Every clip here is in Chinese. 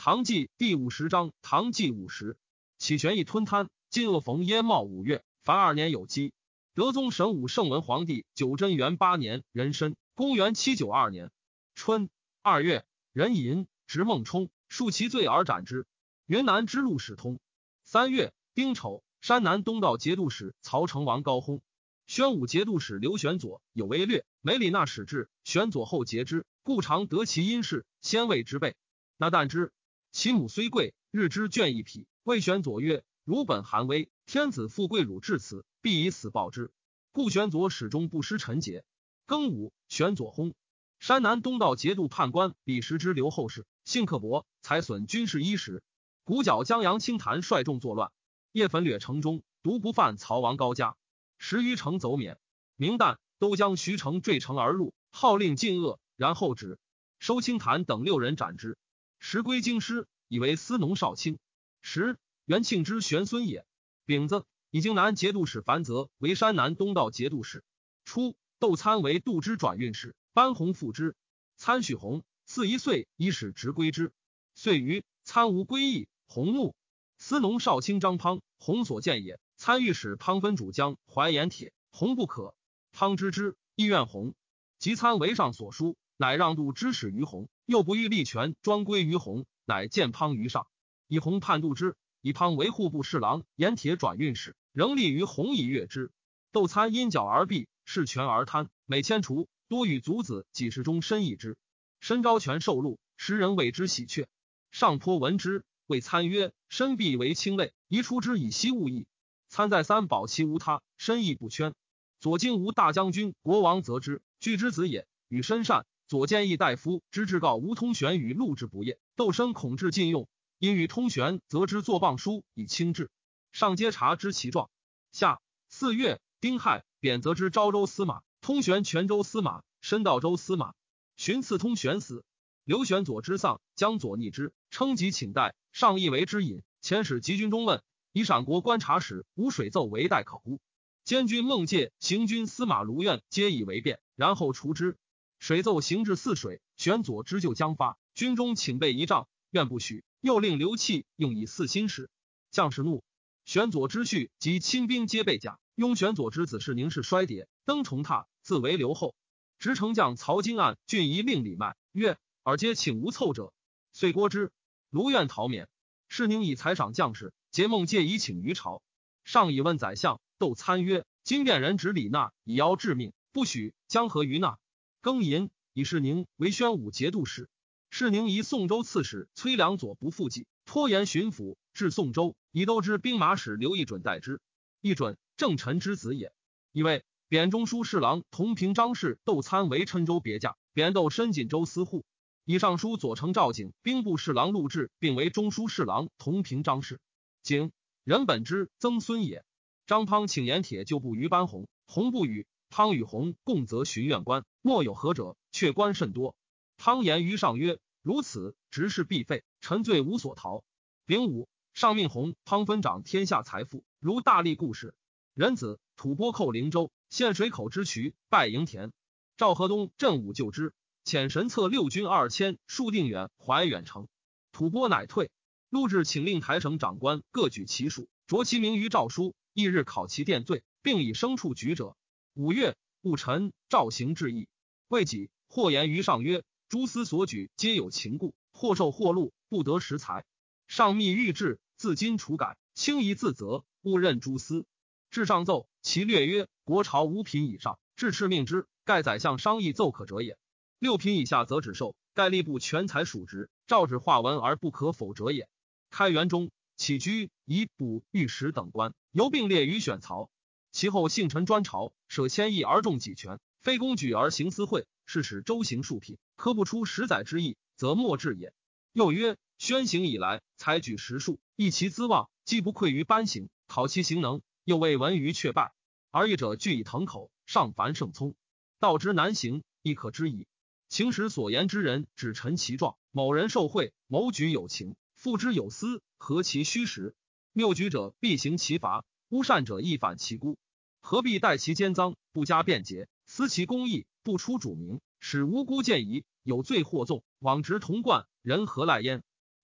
唐纪第50章。唐纪50，启玄义吞贪，晋恶逢燕茂5月，凡2年有基。德宗神武圣文皇帝九真元8年壬申，公元792年春2月，壬寅，执孟冲，数其罪而斩之。云南之路始通。3月，丁丑，山南东道节度使曹成王高薨。宣武节度使刘玄佐有为略，梅里纳使至，玄佐后节之，故常得其因事，先谓之备。那旦之，其母虽贵，日之倦一匹，谓玄佐曰：汝本寒微，天子富贵汝至此，必以死报之。故玄佐始终不失臣节。庚午，玄佐薨。山南东道节度判官李时之留后事，性刻薄，财损军事衣食。鼓角江阳清谈率众作乱，夜焚掠城中，独不犯曹王高家。10余城走免。明旦，都将徐成坠城而入，号令禁恶，然后止。收清谈等6人斩之。时归京师，以为司农少卿。元庆之玄孙也。丙子，以京南节度使樊泽为山南东道节度使。初，窦参为度支转运使，班弘复之。参许弘41岁，以使直归之。岁余，参无归意，弘怒。司农少卿张滂，弘所见也。参御史滂分主将淮盐铁，弘不可。滂知之，亦怨弘。及参为上所书，乃让度支使于弘，又不欲立权专归于弘，乃见滂于上，以弘叛度之，以滂为户部侍郎、盐铁转运使，仍立于弘以悦之。窦参因剿而避，恃权而贪，每迁除，多与族子几世中申议之。申昭权受禄，时人谓之喜鹊。上颇闻之，谓参曰：申必为卿类，宜出之以息物议。参再三保其无他，申议不圈。左京吴大将军国王则之，据之子也，与申善。左谏议大夫之至告吴通玄与录之不业，窦申恐至禁用，因与通玄则之作谤书以轻治。上皆察知其状。夏4月，丁亥，贬则之昭州司马，通玄泉州司马，申道州司马。寻赐通玄死。刘玄佐之丧，将左逆之，称疾请代，上意为之隐。遣使集军中问，以陕国观察使吴水奏为代可乎？监军孟介、行军司马卢苑皆以为变，然后除之。水奏行至泗水，玄佐之就将发，军中请备仪仗，愿不许，又令刘器用以4新使。将士怒，玄佐之婿及亲兵皆被甲。拥玄佐之子是宁氏衰跌，登重榻，自为留后。执丞将曹金案郡夷令李迈曰：尔皆请无凑者。遂郭之。卢苑逃免。是宁以财赏将士，结孟介以请于朝。上以问宰相窦参曰：今变人执李纳以邀致命，不许，将何于纳？庚寅，以是宁为宣武节度使。是宁以宋州刺史崔良佐不复计，拖延巡抚至宋州，以都之兵马使刘义准代之。义准，郑臣之子也。以为贬中书侍郎同平章事窦参为郴州别驾，贬窦申锦州司户。以上书左丞赵景兵部侍郎陆志，并为中书侍郎同平章事。景，人本之曾孙也。张滂请盐铁就部于班弘，弘不与。滂与弘共责巡院官，莫有何者，却官甚多。滂言于上曰：如此，执事必废，臣罪无所逃。丙午，上命弘、滂分掌天下财富，如大力故事。壬子，吐蕃寇灵州，陷水口之渠，败营田。赵河东镇武救之，遣神策6军2千，数定远、怀远城。吐蕃乃退。陆志请令台省长官各举其属，着其名于诏书，翌日考其殿罪，并以牲畜举者。5月，戊辰，赵行致意。未几，或言于上曰：诸司所举皆有情故，或受或禄，不得实财。上密谕制，自今除改，轻宜自责，勿任诸司。至上奏，其略曰：国朝5品以上，至敕命之，盖宰相商议奏可者也；6品以下则只授，盖吏部全才属职，诏旨化文而不可否者也。开元中，起居、仪、补、御史等官，由并列于选曹。其后幸臣专朝，舍千亿而重己权，非公举而行私会，是使周行数品，科不出10载之意，则莫治也。又曰：宣行以来，才举10数，益其资望，既不愧于班行，考其行能，又未闻于却败。而义者据以腾口，上凡圣聪，道之难行，亦可知矣。情史所言之人，只陈其状，某人受贿，谋举有情，复之有私，何其虚实？谬举者必行其罚，诬善者亦反其辜。何必待其奸赃，不加辩解，思其公义，不出主名，使无辜见疑，有罪或纵，枉执同贯，人何赖焉？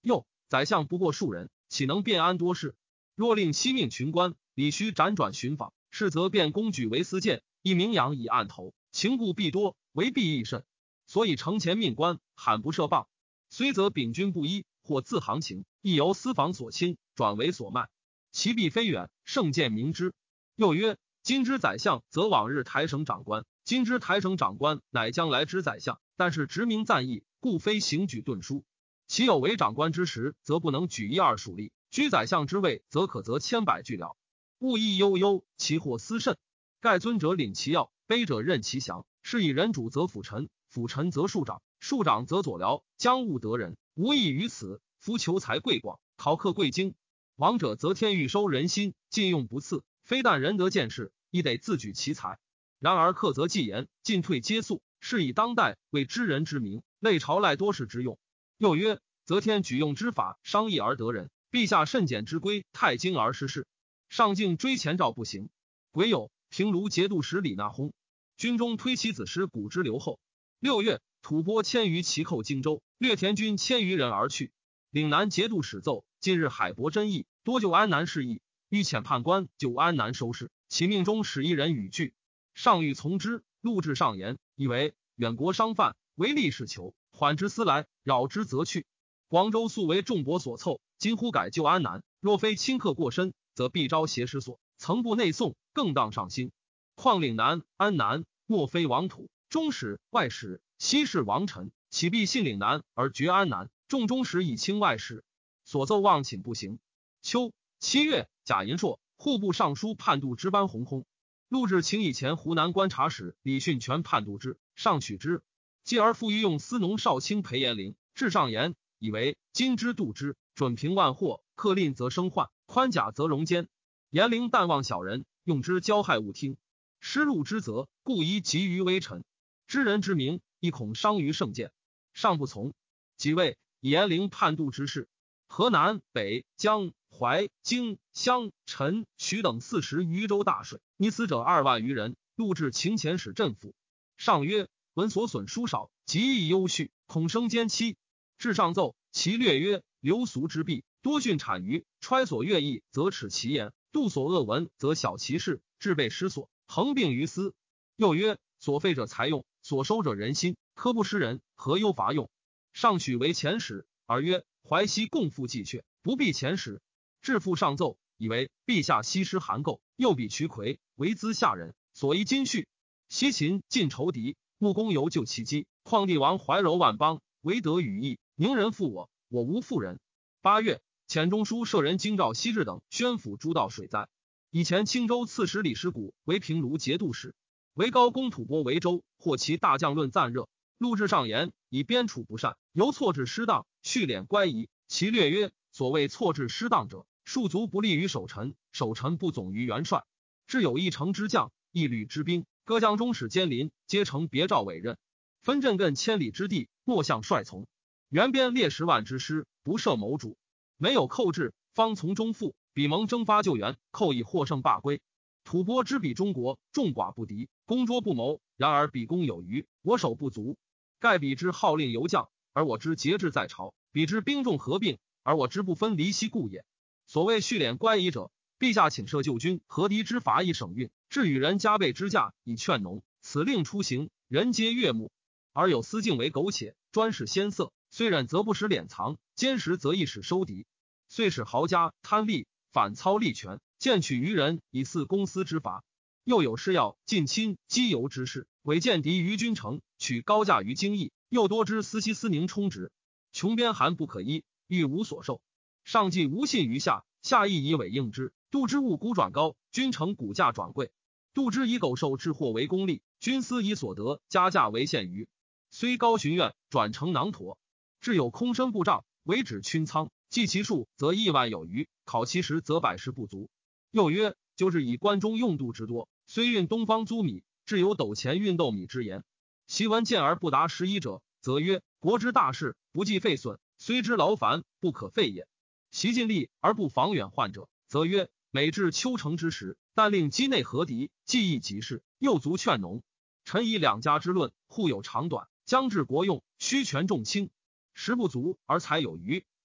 又宰相不过数人，岂能便安多事？若令西命群官，理须辗转寻访，是则便公举为私谏，一名扬以案头，情故必多，为必益甚。所以城前命官罕不设谤，虽则秉军不一，或自行情，亦由私访所亲，转为所卖，其必非远，圣见明之。又曰：今之宰相，则往日台省长官；今之台省长官，乃将来之宰相。但是直名赞义，故非行举顿书。其有为长官之时，则不能举一二属吏；居宰相之位，则可择千百俱了。物亦悠悠，其祸私甚。盖尊者领其要，卑者任其降。是以人主则辅臣，辅臣则庶长，庶长则左僚，将务得人，无异于此。夫求才贵广，考克贵精。王者则天欲收人心，禁用不次。非但人得见识，亦得自举其才。然而克则忌言，进退皆速，是以当代为知人之名，类朝赖多士之用。又曰：则天举用之法，商议而得人；陛下慎简之规，太精而失事。上敬追前诏不行。癸酉，平卢节度使李纳薨，军中推其子师古之留后。6月，吐蕃千余骑寇荆州，掠田军千余人而去。岭南节度使奏：近日海伯真议，多就安南事议，欲遣判官就安南收拾，其命中使一人与拒。上欲从之，录至上言，以为远国商贩，唯利是求，缓之思来，扰之则去。广州素为众伯所凑，今忽改就安南，若非顷刻过深，则必招邪师所，曾不内送，更当上心。况岭南、安南，莫非王土，中使、外使，西氏王臣，岂必信岭南而绝安南？众中使以轻外使，所奏望寝不行。秋7月，贾银硕户部尚书判度之班弘空，录至请以前湖南观察使李训全判度之，上取之。继而复欲用司农少卿裴延龄，至上言，以为今之度之，准平万祸，克吝则生患，宽甲则荣坚。延龄淡忘小人，用之骄害勿听，失禄之责，故宜急于微臣。知人之名，亦恐伤于圣见，上不从。即位，以延龄判度之事。河南、北、江、淮、荆、襄、陈、徐等40余州大水，溺死者2万余人，录至秦前使镇抚。上曰：闻所损书少，极易忧绪，恐生奸欺。至上奏，其略曰：流俗之弊，多训产于揣所乐意，则耻其言；度所恶闻，则小其事，致备失所，横并于私。又曰：所废者财用，所收者人心，科不失人，何忧伐用？上许为前使，而曰：淮西共附计阙，不必前使。至复上奏，以为陛下西施韩构，又比渠魁，为资下人，所依今序。西秦尽仇敌，穆公犹救其机，况帝王怀柔万邦，唯德与义，宁人负我，我无负人。8月，遣中书舍人京兆西至等宣抚诸道水灾。以前青州刺史李师古为平卢节度使，为高公吐蕃为州，获其大将论赞热。录至上言，以边处不善，由错置失当，蓄敛乖疑。其略曰：所谓错置失当者，庶族不利于守臣，守臣不总于元帅。至有一城之将，一旅之兵，各将中使监临，皆承别诏委任。分镇亘千里之地，莫向帅从。原边列10万之师，不设谋主，没有寇至，方从中附。比蒙征发救援，寇以获胜罢归。吐蕃之比中国，众寡不敌，攻捉不谋。然而比攻有余，我手不足。盖比之号令犹将，而我之节制在朝；比之兵众合并，而我之不分离析故也。所谓蓄敛乖疑者，陛下请设救军和敌之法以省运，至与人加倍之价以劝农，此令出行，人皆悦目。而有私敬为苟且，专使鲜色，虽忍则不使敛藏，坚实则易使收敌。遂使豪家贪利，反操利权，见取于人，以祀公私之法。又有施药近亲积游之事，伪见敌于君城，取高价于京邑，又多之私西私宁充职，穷边寒不可依，欲无所受。上计无信于下，下亦以委应之。度之物股转高，君城股价转贵。度之以苟受致货为功利，君私以所得加价为现余。虽高巡院，转成囊驼。至有空身布帐，为止囷仓，计其数，则1万有余；考其实，则百十不足。又曰：就是以关中用度之多，虽运东方租米，至有斗钱运豆米之言。其闻见而不达11者，则曰：国之大事，不计费损，虽之劳烦，不可废也。习尽力而不防远患者，则曰：每至秋成之时，但令畿内和敌，计议急事，又足劝农。臣以两家之论，互有长短，将治国用，须权重轻。时不足而才有余，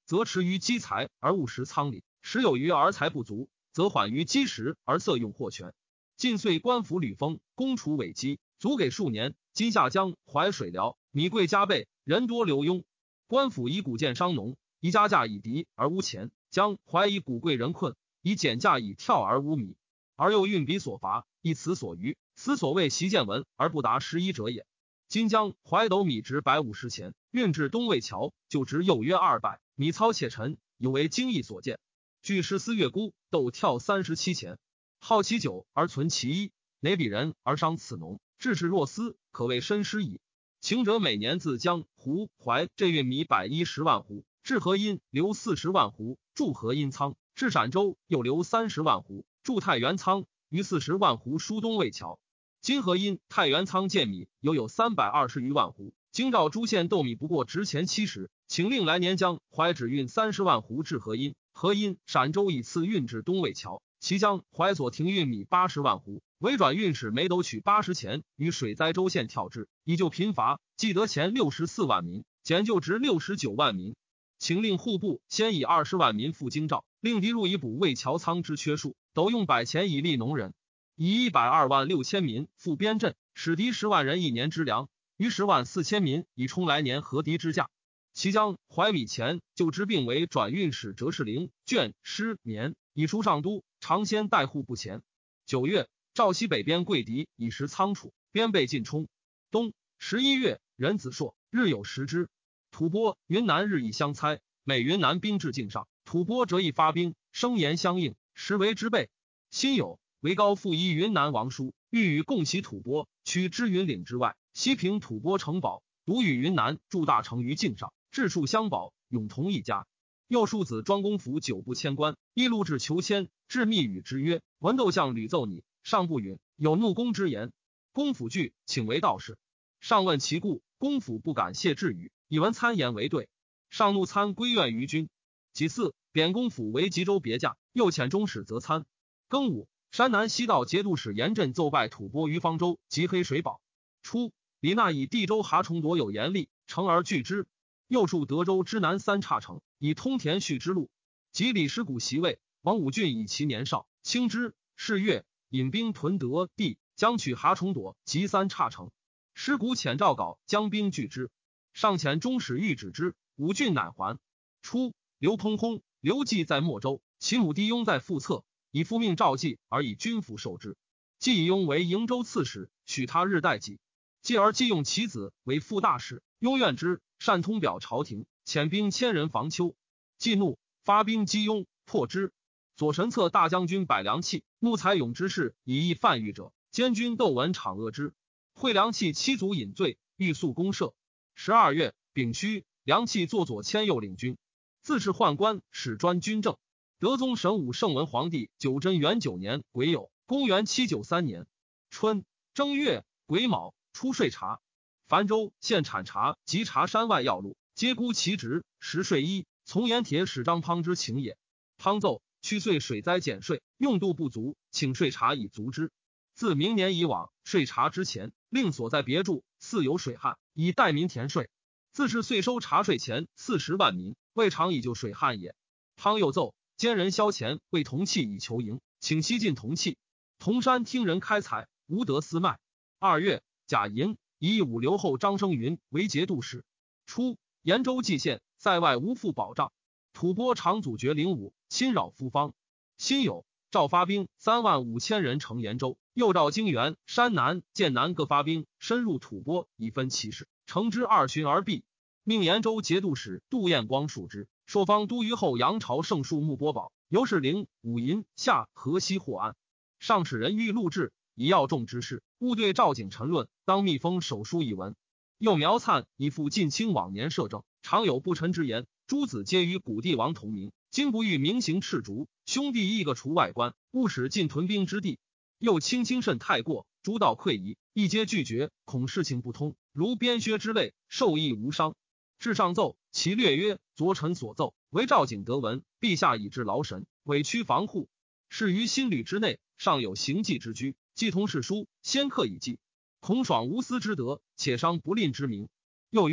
则驰于积财而务实仓里，时有余而财不足，则缓于积实而色用获全。晋岁官府吕封，攻除伪积，足给数年。今夏江淮水辽，米贵加倍，人多流庸。官府以谷建商农，以加价以敌而无钱，江淮以谷贵人困，以减价以跳而无米，而又运彼所乏，以此所余，此所谓习见闻而不达11者也。今江淮斗米值150钱，运至东魏桥，就值又约200，米糙且沉，有为经义所见。据14月估，豆跳37钱。好其酒而存其一，哪比人而伤此农，至至若斯，可谓深师矣。秦者每年自江湖淮这运米110万斛，至河阴留40万斛，驻河阴仓；至陕州又留30万斛，驻太原仓，余40万斛输东魏桥。今河阴太原仓见米有320余万斛，京兆诸县斗米不过值钱70，请令来年江淮只运30万斛至河阴，河阴陕州以次运至东魏桥。其江淮所停运米80万斛，委转运使每斗取80钱，于水灾州县跳之，以救贫乏，既得钱64万民，减就值69万民。请令户部先以20万民赴京兆，令敌入以补魏桥仓之缺数，斗用100钱以利农人，以102万6千民赴边镇，使敌10万人一年之粮，余10万4千民以充来年和敌之价。其江淮米钱就之并为转运使折士陵卷师棉，以出上都，常先代户不前。9月，赵西北边贵敌以食仓储，边备尽冲。冬11月，壬子朔，日有食之。吐蕃、云南日益相猜，每云南兵至境上，吐蕃则亦发兵，声言相应，实为之备。辛酉，为高复依云南王叔，欲与共袭吐蕃，取之云岭之外，西平吐蕃城堡，独与云南筑大城于境上，治数相保，永同一家。右庶子庄公府久不迁官，亦录至求迁，至密语之曰：文斗相屡奏你，上不允，有怒公之言。公府惧，请为道士。上问其故，公府不敢谢至语，以闻参言为对。上怒参归怨于君。己巳，贬公府为吉州别驾，又遣中使责参。庚午，山南西道节度使严震奏败吐蕃于方州及黑水堡。初，李纳以地州哈崇夺有严厉，成而拒之。又戍德州之南3岔城，以通田续之路。及李师古袭位，王武俊以其年少，轻之。是月，引兵屯德地，将取哈崇朵及3岔城。师古遣诏稿将兵拒之，上遣中使欲止之，武俊乃还。初，刘通空、刘季在莫州，其母弟雍在副侧，以复命赵季而以军服受之。季以雍为营州刺史，许他日代己。继而季用其子为副大使，雍怨之，善通表朝廷，遣兵1000人防丘。季怒，发兵击雍，破之。左神策大将军百良器、穆才勇之士以义犯狱者，监军窦文场恶之。会良器7族引罪，欲诉公社。12月，丙戌，良器作左迁右领军，自是宦官，使专军政。德宗神武圣文皇帝九真元9年癸酉，公元793年春正月癸卯，出税茶。樊州县产茶及茶山外要路，皆估其职，实税一，从盐铁使张滂之情也。滂奏去岁水灾减税，用度不足，请税茶以足之。自明年以往，税茶之前，令所在别注，似有水旱，以代民田税。自是岁收茶税钱40万民，未尝以救水旱也。滂又奏奸人萧乾为铜器以求营，请西进铜器。铜山听人开采，无得私卖。2月，甲寅，以武留后张生云为节度使。初，延州蓟县在外无复保障，吐蕃常阻绝灵武，侵扰夫方。辛酉，赵发兵3万5千人乘延州，又召泾原、山南、剑南各发兵深入吐蕃，以分其势，乘之2旬而毕。命延州节度使杜彦光述之。朔方都虞后杨朝圣树木波宝，由是陵、武银、夏、河西获安。上使人欲录制，以要众之事，勿对赵景陈论，当密封手书一文。又苗粲以复近卿往年摄政，常有不臣之言，诸子皆与古帝王同名，今不欲明行斥逐，兄弟亦各除外官，勿使进屯兵之地。又轻慎太过，诸道溃夷，亦皆拒绝，恐事情不通，如边薛之类，受益无伤。至上奏，其略曰：昨臣所奏，为赵景得闻，陛下以致劳神，委屈防护。是于新旅之内，尚有行迹之居，既同世书，先刻以记，孔爽无私之德，且伤不吝之名。又曰：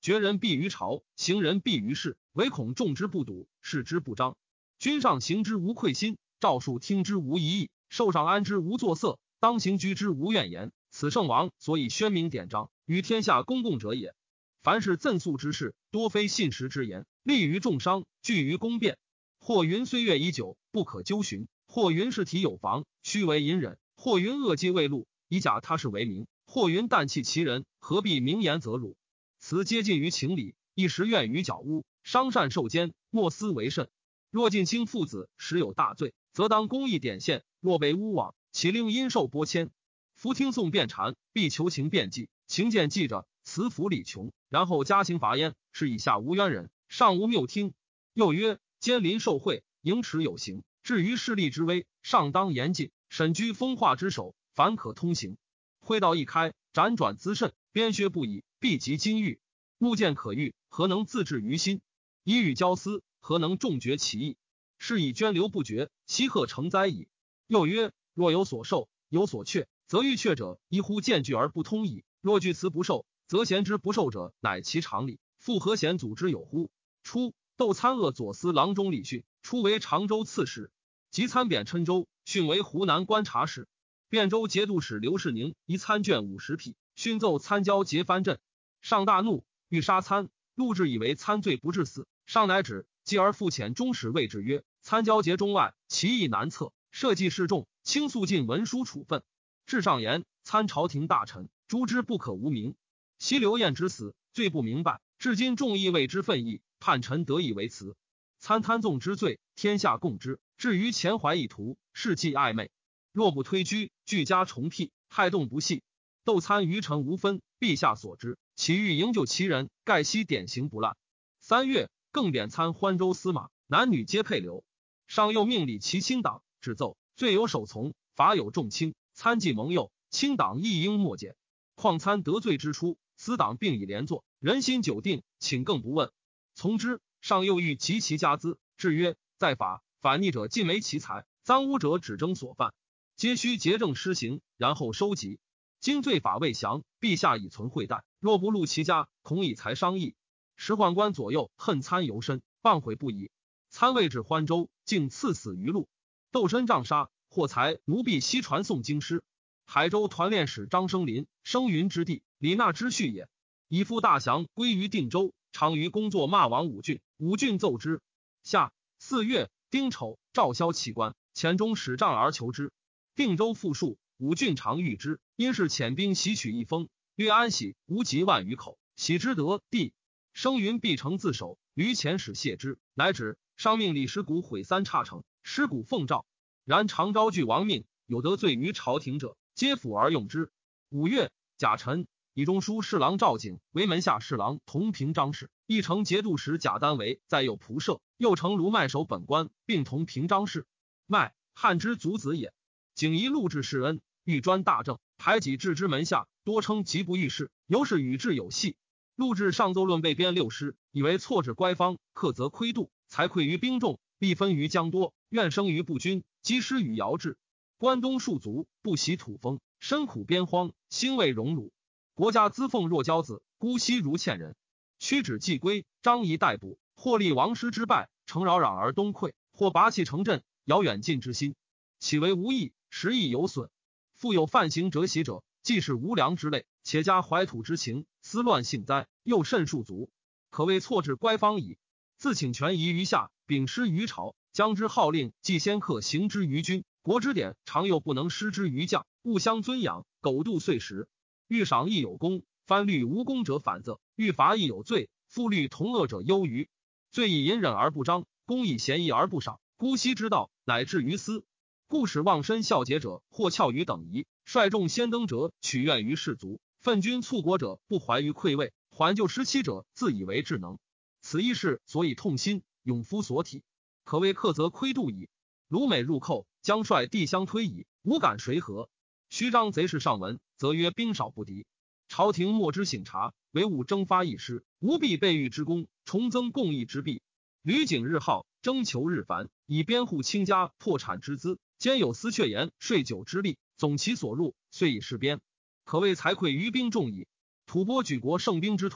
决人必于朝，行人必于市，唯恐众之不睹，视之不彰。君上行之无愧心，诏书听之无疑义，受上安之无作色，当行居之无怨言。此圣王所以宣明典章，与天下公共者也。凡是赠诉之事，多非信实之言，利于众商，据于公辩。或云岁月已久，不可究寻；或云事体有妨，须为隐忍；或云恶迹未露，以假他事为名；或云淡弃其人，何必明言则辱？此皆近于情理，一时怨于矫污，商善受奸，莫思为甚。若近亲父子实有大罪，则当公义典宪；若被诬枉，岂令因受拨迁？夫听讼辩缠，必求情辩计，情见记着，辞服理穷，然后加刑罚焉，是以下无冤人，上无谬听。又曰：奸临受贿，盈持有刑，至于势力之危，上当严禁，审居风化之首，凡可通行。会道一开，辗转滋甚，边削不已，必及金玉。物见可欲，何能自制于心？以与交思，何能众绝其意？是以涓流不绝，西壑成灾矣。又曰：若有所受，有所却，则欲却者一乎见据而不通矣；若据辞不受，则贤之不受者，乃其常理。复何贤阻之有乎？初，窦参恶左司郎中李训，初为常州刺史，即参贬郴州，训为湖南观察使。汴州节度使刘世宁一参卷50匹，训奏参交结藩镇，上大怒，欲杀参。陆至以为参罪不致死，上乃止，继而复遣中使谓之曰：参交结中外，其意难测，社稷示众，倾诉尽文书处分。至上言，参朝廷大臣，诛之不可无名。昔刘晏之死，罪不明白，至今众议为之愤议，叛臣得以为辞。参贪纵之罪，天下共知，至于前怀意图，事迹暧昧。若不推居，俱加重辟，害动不细。窦参于臣无分，陛下所知，其欲营救其人，盖悉典刑不滥。3月，更贬参欢州司马，男女皆配流。上又命理其亲党，指奏罪有首从，罚有重轻。参既蒙诱，亲党亦应莫减。况参得罪之初，私党并已连坐，人心久定，请更不问。从之。上又欲及其家资，制曰：在法，反逆者尽没其财，赃污者只征所犯，皆须节政施行，然后收集。今罪法未详，陛下已存惠待，若不录其家，恐以财伤义。时宦官左右恨参尤深，谤悔不已。参位至欢州，竟赐死于路。窦身杖杀，获财奴婢悉传颂京师。海州团练使张生林，生云之地，李纳之婿也。以父大降归于定州，常于工作骂王武俊，武俊奏之。夏4月，丁丑，赵萧弃官，遣中使杖而求之。定州复数，武俊常遇之，因是遣兵袭取一封，略安喜无及万余口，喜之得地。生云必成自守，驴遣使谢之，乃止。上命李师古毁3岔城，师古奉诏。然常招据亡命，有得罪于朝廷者，皆抚而用之。5月，甲辰，以中书侍郎赵景为门下侍郎同平章事，一承节度使贾丹为在右仆射，又承卢麦守本官，并同平章事。麦，汉之族子也。景宜禄至世恩，欲专大政，排挤至之门下，多称极不遇事，由是与之有隙。陆至上奏论被编6师，以为错置乖方，克则亏度，才溃于兵众，必分于江多，怨生于不均，积失于遥制。关东戍卒，不习土风，深苦边荒，兴未荣辱。国家资奉若骄子，姑息如欠人。屈指既归，张仪逮捕，或立王师之败，诚扰攘而东溃，或拔气成阵，遥远近之心。岂为无益，实亦有损。复有犯行折袭者，既是无良之类，且加怀土之情，思乱幸灾，又甚数足，可谓错置乖方矣。自请权宜于下，秉师于朝，将之号令，既先克行之于君，国之典常又不能施之于将，勿相尊养，苟度岁时。欲赏亦有功，藩律无功者反责；欲罚亦有罪，复律同恶者优于。罪以隐忍而不彰，公以贤义而不赏，姑息之道，乃至于私。故使忘身孝节者，或翘于等夷；率众先登者，取怨于士卒；愤君促国者，不怀于馈位；缓救失期者，自以为智能。此亦是所以痛心，勇夫所体，可谓克则亏度矣。卢美入寇，将率地相推矣，无敢谁和。虚张贼事上闻，则曰兵少不敌。朝廷莫之省察，唯务征发一师，无必备御之功，重增共益之弊。吕景日耗，征求日繁，以编户倾家，破产之资，兼有私阙盐税酒之利，总其所入，遂以事编，可谓才溃于兵众矣。吐蕃举国胜兵之徒，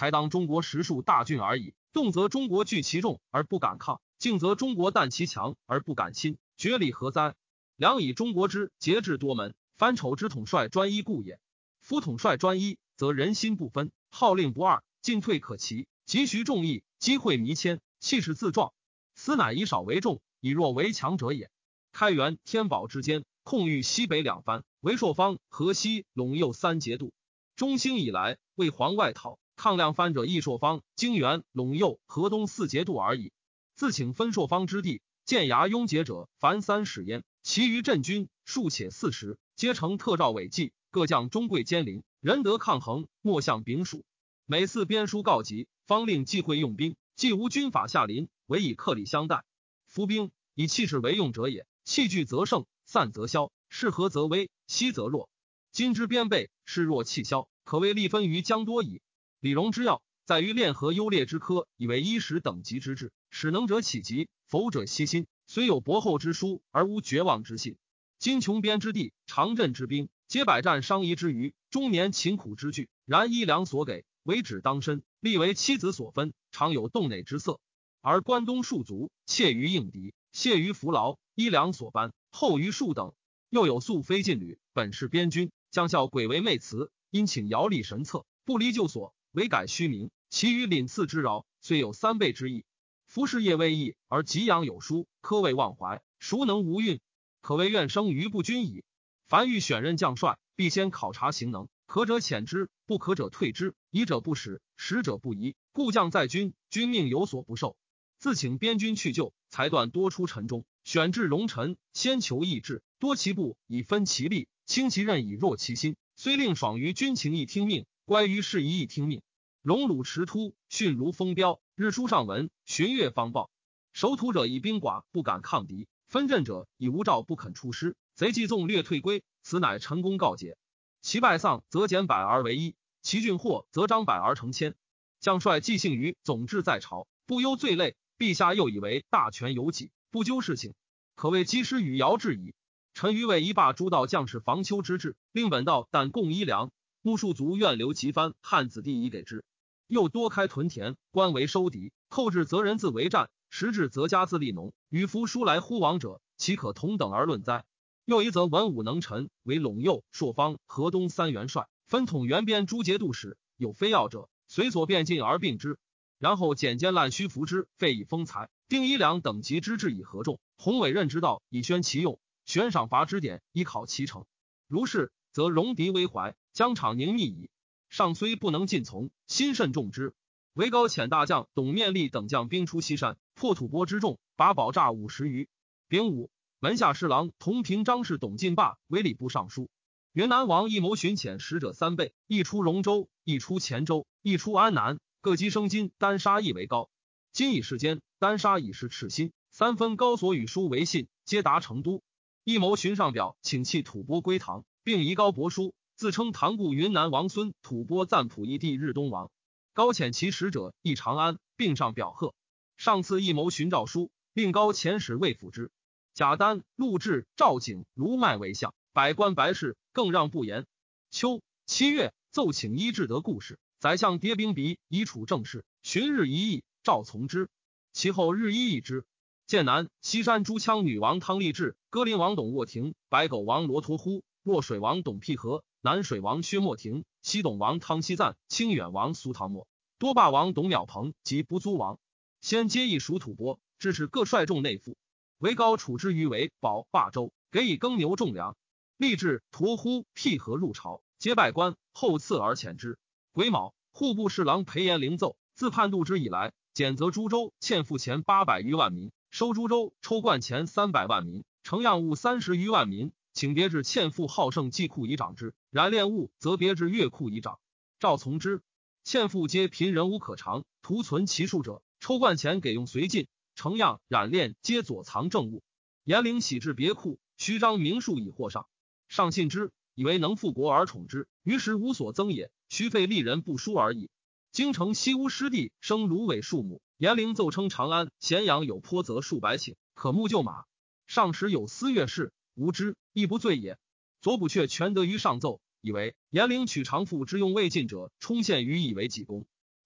才当中国实数大郡而已。动则中国惧其众而不敢抗，静则中国啖其强而不敢侵，决理何哉？良以中国之节制多门，凡丑之统帅专一故也。夫统帅专一，则人心不分，号令不二，进退可齐，急徐众议，机会弥谦，气势自壮。斯乃以少为重，以弱为强者也。开元、天宝之间，控御西北两藩，为朔方、河西、陇右三节度。中兴以来，为皇外讨抗两藩者，亦朔方、泾原、陇右、河东四节度而已。自请分朔方之地，建衙拥结者凡30焉，其余镇军数且40，皆成特诏伪纪，各将中贵兼临，仁德抗衡，莫向秉属。每次编书告急，方令忌讳用兵，既无军法下临，唯以客礼相待。夫兵以气势为用者也，气聚则胜，散则消，势合则威，息则弱。今之边备，势弱气消，可谓力分于将多矣。李荣之要，在于练和优劣之科，以为衣食等级之志，使能者起急，否者息心。虽有博厚之书，而无绝望之信。今穷边之地，长镇之兵，皆百战伤夷之余，终年勤苦之具，然衣粮所给，为止当身，力为妻子所分，常有洞内之色。而关东戍卒，怯于应敌，懈于服劳，衣粮所颁，后于数等。又有素非禁旅，本是边军，将校鬼为媚辞，因请遥立神策，不离旧所，唯改虚名，其余领赐之饶，虽有3倍之意。夫事业未易，而给养有殊，科未忘怀，孰能无孕？可谓愿生于不均矣。凡欲选任将帅，必先考察行能，可者遣之，不可者退之，疑者不使，使者不疑。故将在军，军命有所不受。自请边军去就，才断多出臣中，选至戎臣，先求义志，多其部以分其力，轻其任以弱其心。虽令爽于军情亦听命，乖于事宜亦听命。荣辱驰突，训如风标，日书上文，巡阅方报。守土者以兵寡，不敢抗敌；分阵者以无兆，不肯出师。贼既纵略退归，此乃陈功告捷。其败丧，则减百而为一；其郡获，则张百而成千。将帅既幸于总制在朝，不忧罪累。陛下又以为大权由己，不究事情，可谓积师与尧治矣。臣于为一罢诸道将士防丘之志，令本道但供衣粮，木数族愿留其藩汉子弟以给之。又多开屯田，官为收敌，寇至则人自为战，时至则家自立农。与夫书来呼往者，岂可同等而论哉？又一则文武能臣，为陇右、朔方、河东3元帅，分统原边诸节度使，有非要者，随所变进而并之。然后简奸滥虚服之，费以丰财，定衣粮等级之制以合众，宏伟任之道以宣其用，悬赏罚之典以考其成。如是，则戎狄危怀，疆场凝密矣。上虽不能尽从，心甚重之。为高遣大将董面立等将兵出西山，破吐蕃之众，把宝栅50余。丙午，门下侍郎同平章事董进霸为礼部尚书。云南王一谋巡遣使者3倍，一出荣州，一出黔州，一出安南，各击生金、丹沙邑为高。今以世间，丹沙已是赤心，3分高所与书为信，皆达成都。一谋巡上表，请弃吐蕃归唐，并移高帛书，自称唐故云南王孙吐蕃赞普一地日东王。高遣其使者诣长安，并上表贺。上赐一谋巡诏书，令高遣使卫抚之。贾丹、陆质、赵景、卢迈为相，百官白事，更让不言。秋7月，奏请医治得故事。宰相迭兵鼻以处政事，旬日一役，赵从之。其后日一役之。剑南、西山诸羌女王汤丽质、歌林王董沃亭、白狗王罗陀呼、洛水王董辟和、南水王薛莫亭、西董王汤熙赞、清远王苏唐莫、多霸王董邈鹏及不租王，先皆以属吐蕃，支持各率众内附。为高处之于为保霸州，给以耕牛种粮。立志陀呼、辟和入朝，皆拜官，后赐而遣之。癸卯，户部侍郎裴延龄奏，自叛渡之以来，减责诸州欠赋钱800余万民，收诸州抽灌钱300万民，成样物30余万民，请别至欠赋好胜祭库以长之，然炼物则别至乐库以长。赵从之。欠赋皆贫人无可偿，徒存其数者，抽灌钱给用随进，成样染炼皆左藏政物。延龄喜至别库，虚张名数以获上。上信之，以为能复国而宠之，于是无所增也，须费利人不输而已。京城西屋湿地生芦苇数亩，延龄奏称长安、咸阳有坡泽数百顷，可牧厩马。上时有司乐事，无知亦不罪也。左补阙全得于上奏，以为延龄取长赋之用未尽者，充献于以为己功。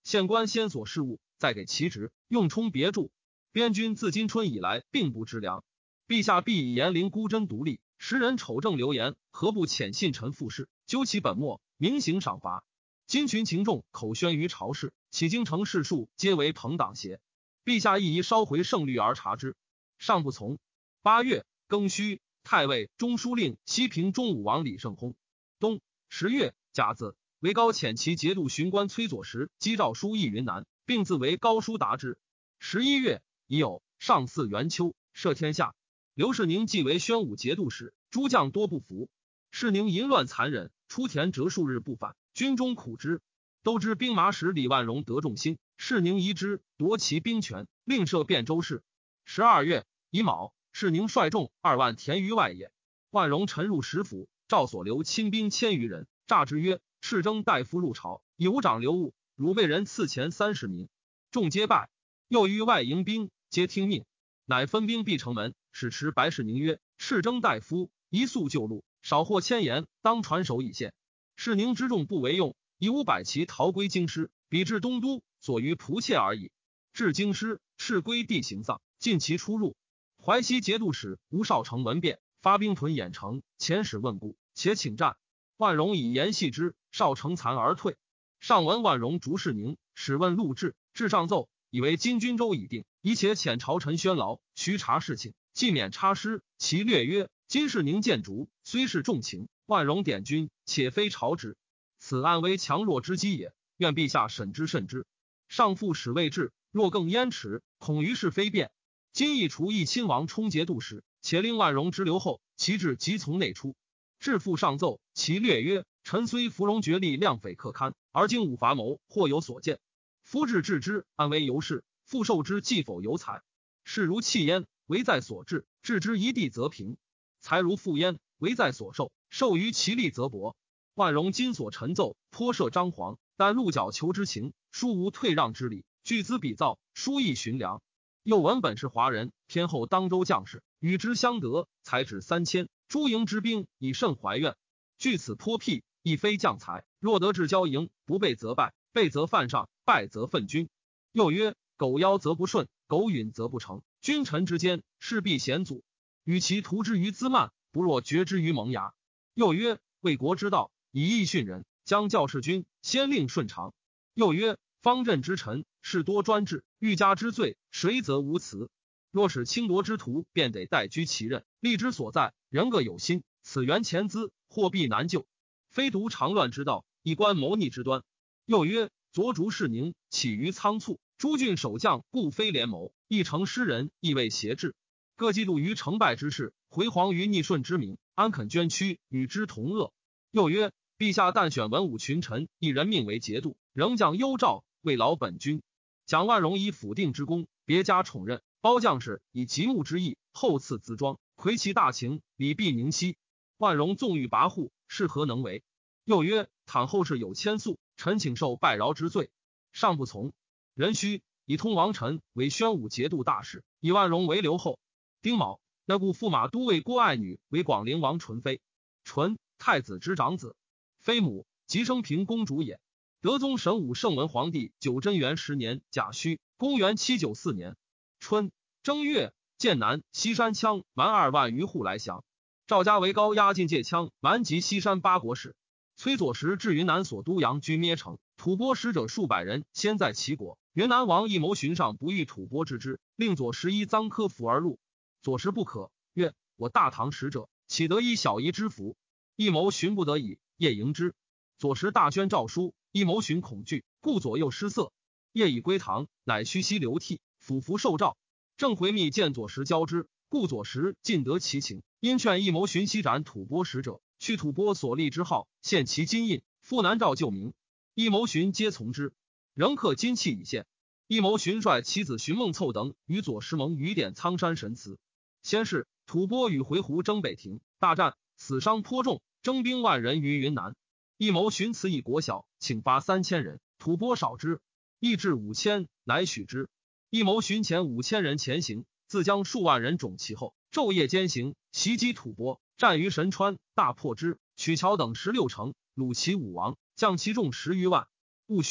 县官先所事务，再给其职，用充别注。边军自今春以来，并不知粮。陛下必以严陵孤真独立，时人丑正流言，何不遣信臣复试，究其本末，明刑赏罚？今群情众口宣于朝事，起京城士庶皆为朋党邪？陛下亦宜烧回圣律而察之。上不从。8月庚戌，太尉中书令西平中武王李胜薨。冬10月甲子，韦高遣其节度巡官崔佐实击诏书诣云南，并自为高书达之。11月乙酉，上巳元秋，赦天下。刘世宁继为宣武节度使，诸将多不服。世宁淫乱残忍，出田折数日不返，军中苦之。都知兵马使李万荣得众心，世宁疑之，夺其兵权，另设汴州市。12月乙卯，世宁率众2万田于外野。万荣沉入石府，赵所留亲兵1000余人，诈之曰：赤征大夫入朝，以无长留物，汝被人赐钱30民。众皆拜。又于外迎兵，皆听命，乃分兵闭城门，使持白世宁曰：赤征大夫，一速就路，少获千言，当传首以献。世宁之众不为用，以500骑逃归京师，比至东都，所于仆妾而已。至京师，赤归地行丧，尽其出入。淮西节度使吴少成闻变，发兵屯兖城，遣使问故，且请战。万荣以言戏之，少成残而退。上闻万荣逐世宁，使问陆至，至上奏，以为今军州已定，宜且遣朝臣宣劳，须察事情，既免差失。其略曰：今世宁见逐，虽是重情，万荣点军，且非朝旨，此安危强弱之机也，愿陛下审之慎之。上复使未至，若更延迟，恐于是非变。今亦除义亲王充节度使，且令万荣之留后，其志即从内出。至复上奏，其略曰：臣虽芙蓉绝力量匪克堪，而今武伐谋，或有所见。夫至治之，安危由是，复受之既否有采。事如弃焉，唯在所治，治之一地则平；才如复焉，唯在所受，受于其力则薄。万荣今所陈奏，颇涉张皇，但鹿角求之情，殊无退让之理，据资比造，殊易寻良。又闻本是华人，偏厚当州将士，与之相得，才止3000，诸营之兵以甚怀怨。据此颇辟，亦非将才，若得至交营，不备则败，备则犯上，败则愤军。又曰：苟邀则不顺，苟允则不成，君臣之间，势必险阻。与其图之于滋蔓，不若决之于萌芽。又曰：为国之道，以义训人，将教士君，先令顺长。又曰：方阵之臣，事多专制，欲加之罪，谁则无辞？若使侵夺之徒，便得代居其任，力之所在，人各有心，此原前资，或必难救。非独常乱之道，以观谋逆之端。又曰：昨逐世宁，起于仓促，诸郡守将故非联谋，亦成失人，亦为邪志。各嫉妒于成败之事，回皇于逆顺之名，安肯捐躯与之同恶？又曰：陛下但选文武群臣，一人命为节度，仍将幽诏，为劳本军。蒋万荣以辅定之功，别加宠任，褒将士以极目之意，后赐资庄，魁其大情，礼毕宁息。万荣纵欲跋扈，是何能为？又曰：倘后世有迁诉，臣请受拜饶之罪。上不从。壬戌，以通王臣为宣武节度大使，以万荣为留后。丁卯，那故驸马都尉郭爱女为广陵王纯妃。纯，太子之长子，妃母，即升平公主也。德宗神武圣文皇帝九贞元10年甲戌，公元794年春正月，剑南、西山羌蛮2万余户来降。赵家为高压境界羌蛮及西山8国使。崔佐实至云南所都阳居咩城，吐蕃使者数百人，先在齐国。云南王一谋寻上不欲吐蕃之之，令左拾遗臧科服而入。左拾不可，曰：我大唐使者，岂得一小夷之服？一谋寻不得已，夜迎之。左拾大宣诏书，一谋寻恐惧，故左右失色。夜已归唐，乃虚膝流涕，俯伏受诏。郑回密见左拾交之，故左拾尽得其情，因劝一谋寻西斩吐蕃使者，去吐蕃所立之号，献其金印，复南诏旧名。一谋寻皆从之，仍刻金器以献。一谋寻率其子寻孟凑等与左拾盟于点苍山神祠。先是，吐蕃与回鹘征北庭，大战，死伤颇重，征兵万人于云南。一谋寻此以国小，请发3000人，吐蕃少之，亦至5000，乃许之。一谋寻遣5000人前行，自将数万人种其后，昼夜兼行，袭击吐蕃，战于神川，大破之，取桥等16城，虏其5王，降其众10余万。戊戌，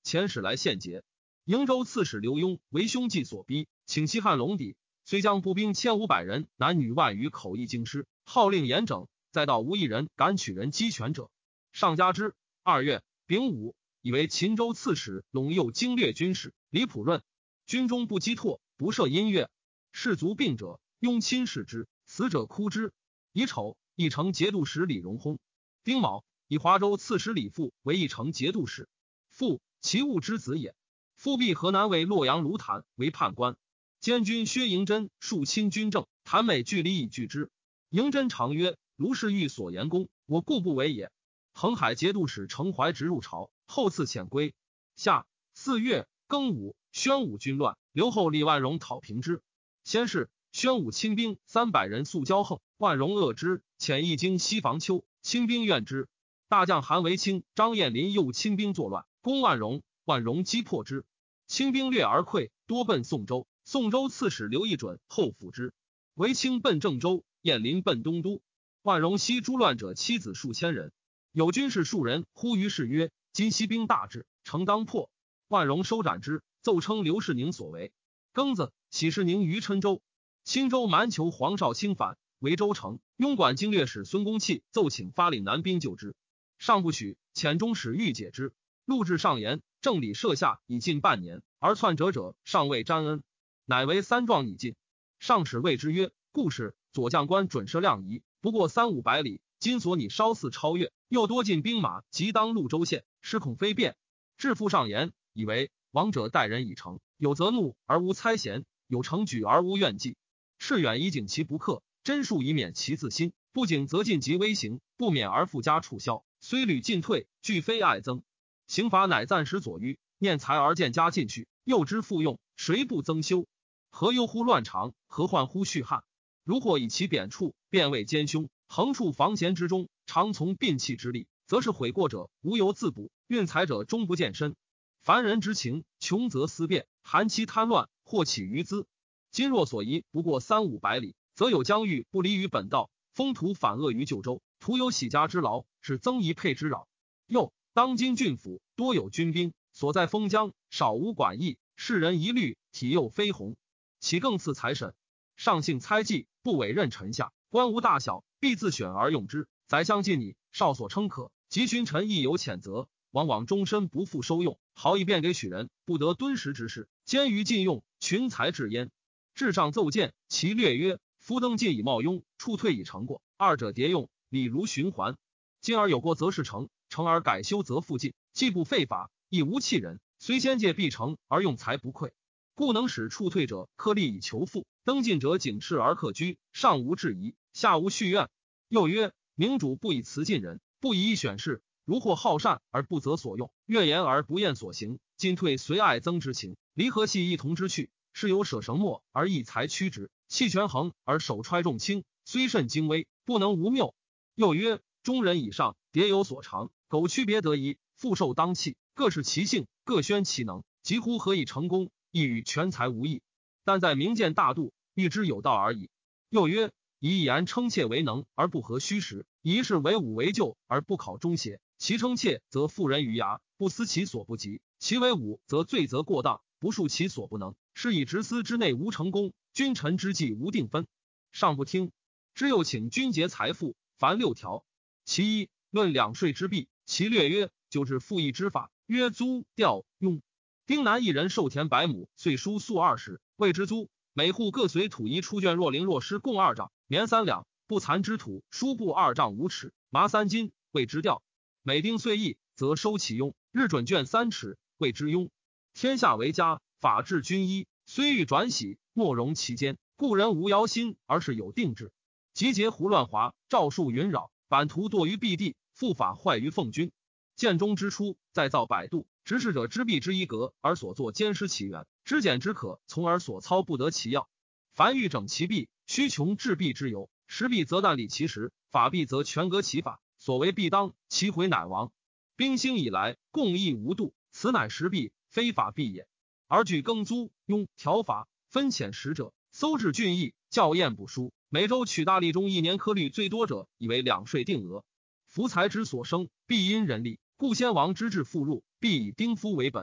遣使来献节。瀛州刺史刘墉为兄继所逼，请西汉龙邸，虽将步兵1500人，男女万余，口译京师，号令严整，再到无一人敢取人击权者。上加之。2月丙午，以为秦州刺史陇右经略军事李普润。军中不击拓，不设音乐。士卒病者，拥亲视之，死者哭之。乙丑，义城节度使李荣薨。丁卯，以华州刺史李富为义城节度使。富，其物之子也。复辟河南为洛阳卢坦为判官。监军薛迎真数亲军政，谭美据理以拒之。迎真常曰：卢氏欲所言功，我故不为也。恒海节度使程怀直入朝，后赐遣归。夏4月庚午，宣武军乱，刘后李万荣讨平之。先是，宣武亲兵300人速骄横，万荣恶之，遣一经西防丘，亲兵怨之。大将韩维清、张彦霖诱亲兵作乱，攻万荣，万荣击破之。清兵略而溃，多奔宋州。宋州刺史刘义准后辅之。维清奔郑州，彦霖奔东都。万荣悉诛乱者妻子数千人。有军士数人呼于市曰：今西兵大至，城当破。万荣收斩之，奏称刘世宁所为。庚子，喜世宁于郴州。青州蛮酋黄绍清反，为州城。拥管经略使孙公器奏请发令南兵救之，上不许，遣中使欲解之。录至上言，正理设下已近半年，而篡者尚未沾恩，乃为3状已尽。上使谓之曰：故事左将官准设量仪，不过300-500里，今所拟稍似超越，又多进兵马，即当潞州县，失恐非变。至复上言，以为王者待人以诚，有则怒而无猜嫌，有成举而无怨计。赤远以警其不克，真数以免其自心。不警则进及微刑，不免而附加处消，虽屡进退，俱非爱增。刑罚乃暂时左愚，念财而见加进去，诱之复用，谁不增修？何忧乎乱常？何患乎续汉？如或以其贬处，便为奸凶，横处防闲之中，常从摒弃之力，则是悔过者无由自补，运财者终不见身。凡人之情，穷则思变，寒期贪乱，或起于资。今若所宜不过300-500里，则有疆域不离于本道，风土反恶于旧州，徒有喜家之劳，是增夷配之扰。又当今郡府多有军兵，所在封疆，少无管役，世人一律体又非红，其更次财审。上幸猜忌，不委任臣下，官无大小，必自选而用之。宰相尽拟，少所称可，及群臣亦有谴责，往往终身不复收用，好以便给许人，不得敦实之事，兼于禁用，群才至焉。至上奏谏，其略曰：夫登进以冒庸，处退以成过，二者迭用，理如循环。今而有过则事成，成而改修则复进，既不废法，亦无弃人，虽先戒必成，而用才不愧。故能使处退者克力以求富，登进者警示而克居，上无质疑，下无续怨。又曰：明主不以辞进人，不以选士，如或好善而不择所用，悦言而不厌所行，进退随爱增之情，离合系一同之趣，是有舍绳墨而益才屈直，弃权衡而手揣重轻，虽甚精微，不能无谬。又曰：中人以上，迭有所长，苟区别得宜，复受当弃，各是其性，各宣其能，几乎何以成功，亦与全才无异。但在明见大度，欲之有道而已。又曰：以言称窃为能而不合虚实，以是为武为救而不考忠邪，其称窃则负人于牙，不思其所不及；其为武则罪责过当，不述其所不能，是以直司之内无成功，君臣之计无定分。上不听，之又请均节财富，凡6条。其一，论两税之弊，其略曰：就治赋役之法，曰租、调、用。丁南一人受田100亩，岁输粟20，谓之租。每户各随土一出卷若灵若湿，共2丈，棉3两，不残之土，输布2丈5尺，麻3斤，谓之调。每丁岁役，则收其庸，日准卷3尺，谓之庸。天下为家，法治均一，虽欲转徙，莫容其间，故人无摇心，而是有定制。集结胡乱华，诏术云扰，版图堕于敝地，复法坏于奉君。建中之初，再造100度，执事者知弊之一格，而所作兼施其源；知简之可，从而所操不得其要。凡欲整其弊，须穷治弊之由。时弊则但理其实，法弊则全革其法。所为弊当，其回乃亡。兵兴以来，共议无度，此乃时弊，非法弊也。而据耕租、庸、条法，分遣使者，搜治郡邑，校验不输。每州取大吏中1年科率最多者，以为两税定额。夫财之所生，必因人力，故先王之治复入，必以丁夫为本。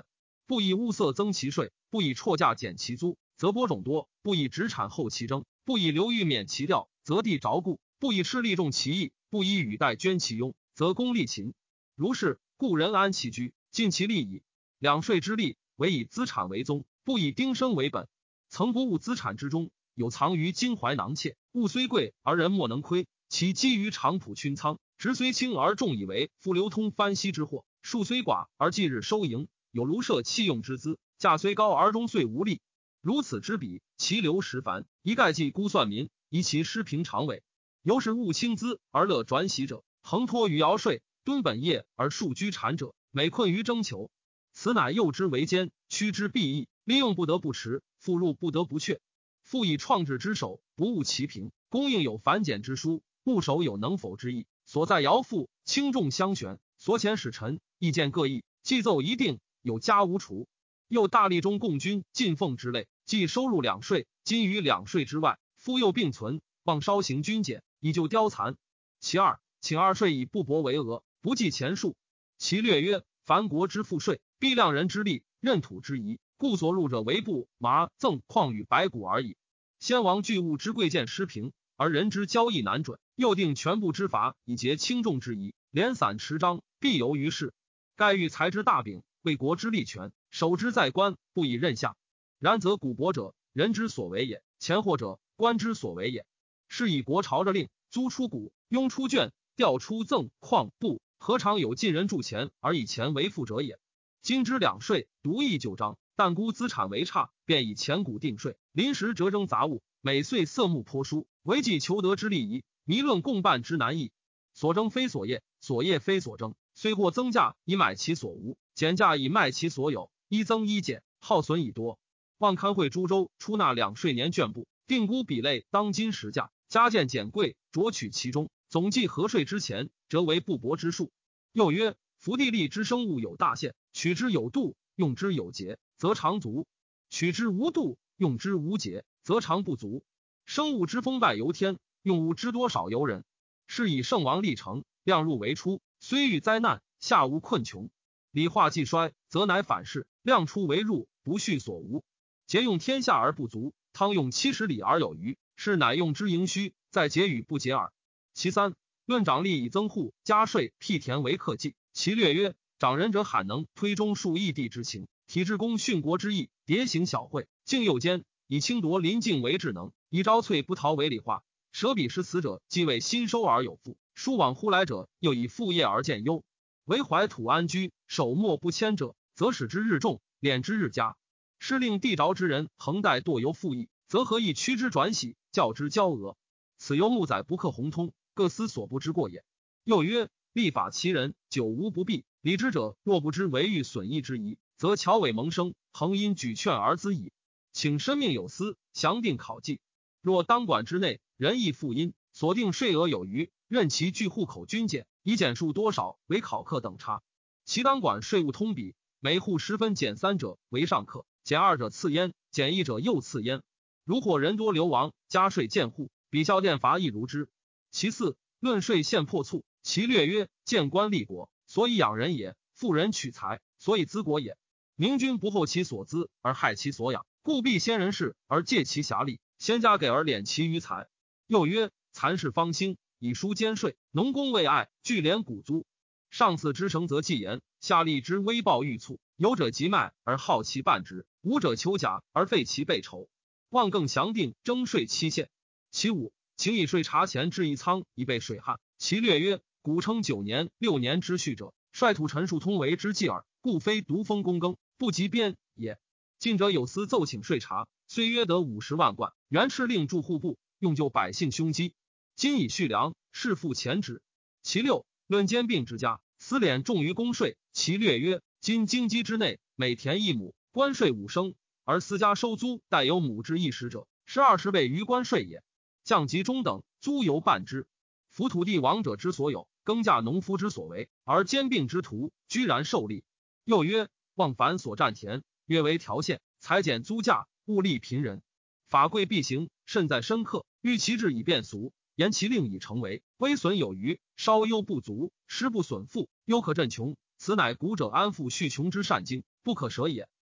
不以物色增其税，不以辍价减其租，则播种多；不以殖产厚其征，不以流域免其调，则地着固；不以吃力重其役，不以羽带捐其庸，则功利勤。如是，故人安其居，尽其利矣。两税之利，唯以资产为宗，不以丁生为本。曾不务资产之中，有藏于襟怀囊切，物虽贵而人莫能窥，其积于长圃囷仓，值虽轻而众以为复流通番息之货，数虽寡而即日收盈，有庐舍弃用之资，价虽高而终岁无利。如此之比，其流实繁，一概计估算民，以其失平常委。由是务轻资而乐转徙者，横托于徭税，敦本业而束居产者，每困于征求。此乃诱之为奸，驱之必易，利用不得不持，复入不得不却。复以创制之手，不务其平，供应有繁简之书，务守有能否之意，所在摇复轻重相悬，所遣使臣意见各异，既奏一定，有加无除。又大力中共军进奉之类，既收入两税，今于两税之外，复又并存，望稍行军减，以就貂残。其二，请二税以不薄为额，不计前数。其略曰：凡国之赋税，必量人之力，任土之宜，故所入者为布、麻、赠、矿与白骨而已。先王巨物之贵贱失平，而人之交易难准，又定全部之法，以节轻重之宜，连散持章，必由于事。盖欲裁之大柄，为国之利权，守之在官，不以任下。然则古帛者，人之所为也；钱货者，官之所为也。是以国朝着令，租出谷，庸出券，调出赠、矿、布，何尝有尽人铸钱而以钱为赋者也？今之两税，独议旧章，但估资产为差，便以钱谷定税，临时折征杂物，每岁色目颇疏，唯计求得之利宜，弥论共办之难易。所征非所业，所业非所征，虽或增价以买其所无，减价以卖其所有，一增一减，耗损已多。望勘会诸州出纳两税年卷部，定估比类当今实价，加减减贵，酌取其中，总计合税之前，则为不薄之数。又曰：福地利之生物有大限，取之有度，用之有节，则长足；取之无度，用之无节，则长不足。生物之丰败由天，用物之多少由人。是以圣王立成，量入为出，虽遇灾难，下无困穷。理化既衰，则乃反噬；量出为入，不恤所无。节用天下而不足，汤用70里而有余，是乃用之盈虚，在节与不节耳。其三，论长吏以增户、加税、辟田为克计。其略曰：长人者罕能推中数异地之情，体制公殉国之意，迭行小惠，敬右监，以轻夺邻境为智能，以招萃不逃为理化。舍彼失此者，既为新收而有富；疏往忽来者，又以副业而见忧。唯怀土安居，守默不迁者，则使之日重，敛之日加。是令地着之人恒待堕由复议，则何以驱之转徙，教之骄俄？此由木宰不克宏通，各司所不知过也。又曰：立法其人，久无不避；理之者，若不知为欲损益之宜，则巧伪萌生，恒因举劝而资矣。请申命有司，详定考绩。若当管之内，人亦复因所定税额有余，任其据户口均减，以减数多少为考课等差。其当管税务通比，每户10分减3者为上课，减2者次焉，减1者又次焉。如或人多流亡，加税见户，比较殿罚亦如之。其四，论税现破促。其略曰：见官立国，所以养人也；富人取财，所以资国也。明君不厚其所资而害其所养，故必先人事而借其辖力，先加给而敛其余财。又曰：残事方兴，以疏兼税，农工为爱，聚敛谷租。上次之绳则纪严，下吏之微暴欲促。有者急卖而好其半之，无者求假而废其备酬。望更详定征税期限。其五，请以税查钱置一仓，以备水旱。其略曰：古称9年、6年之序者，率土陈数通为之计耳，故非独封公耕，不及边也。近者有司奏请税查，虽约得50万贯，原敕令驻户部，用救百姓凶饥。今以蓄粮，是复前止。其六，论兼并之家，司敛重于公税。其略曰：今京畿之内，每田1亩，关税5升，而私家收租带有亩之10者，是20倍于关税也。降级中等，租由半之。夫土地王者之所有，耕稼农夫之所为，而兼并之徒居然受利。又曰：望凡所占田，约为条县，裁减租价，勿利贫人。法贵必行，慎在深刻，欲其制以变俗，言其令以成为，微损有余，稍忧不足，失不损富，忧可振穷。此乃古者安富恤穷之善经，不可舍也。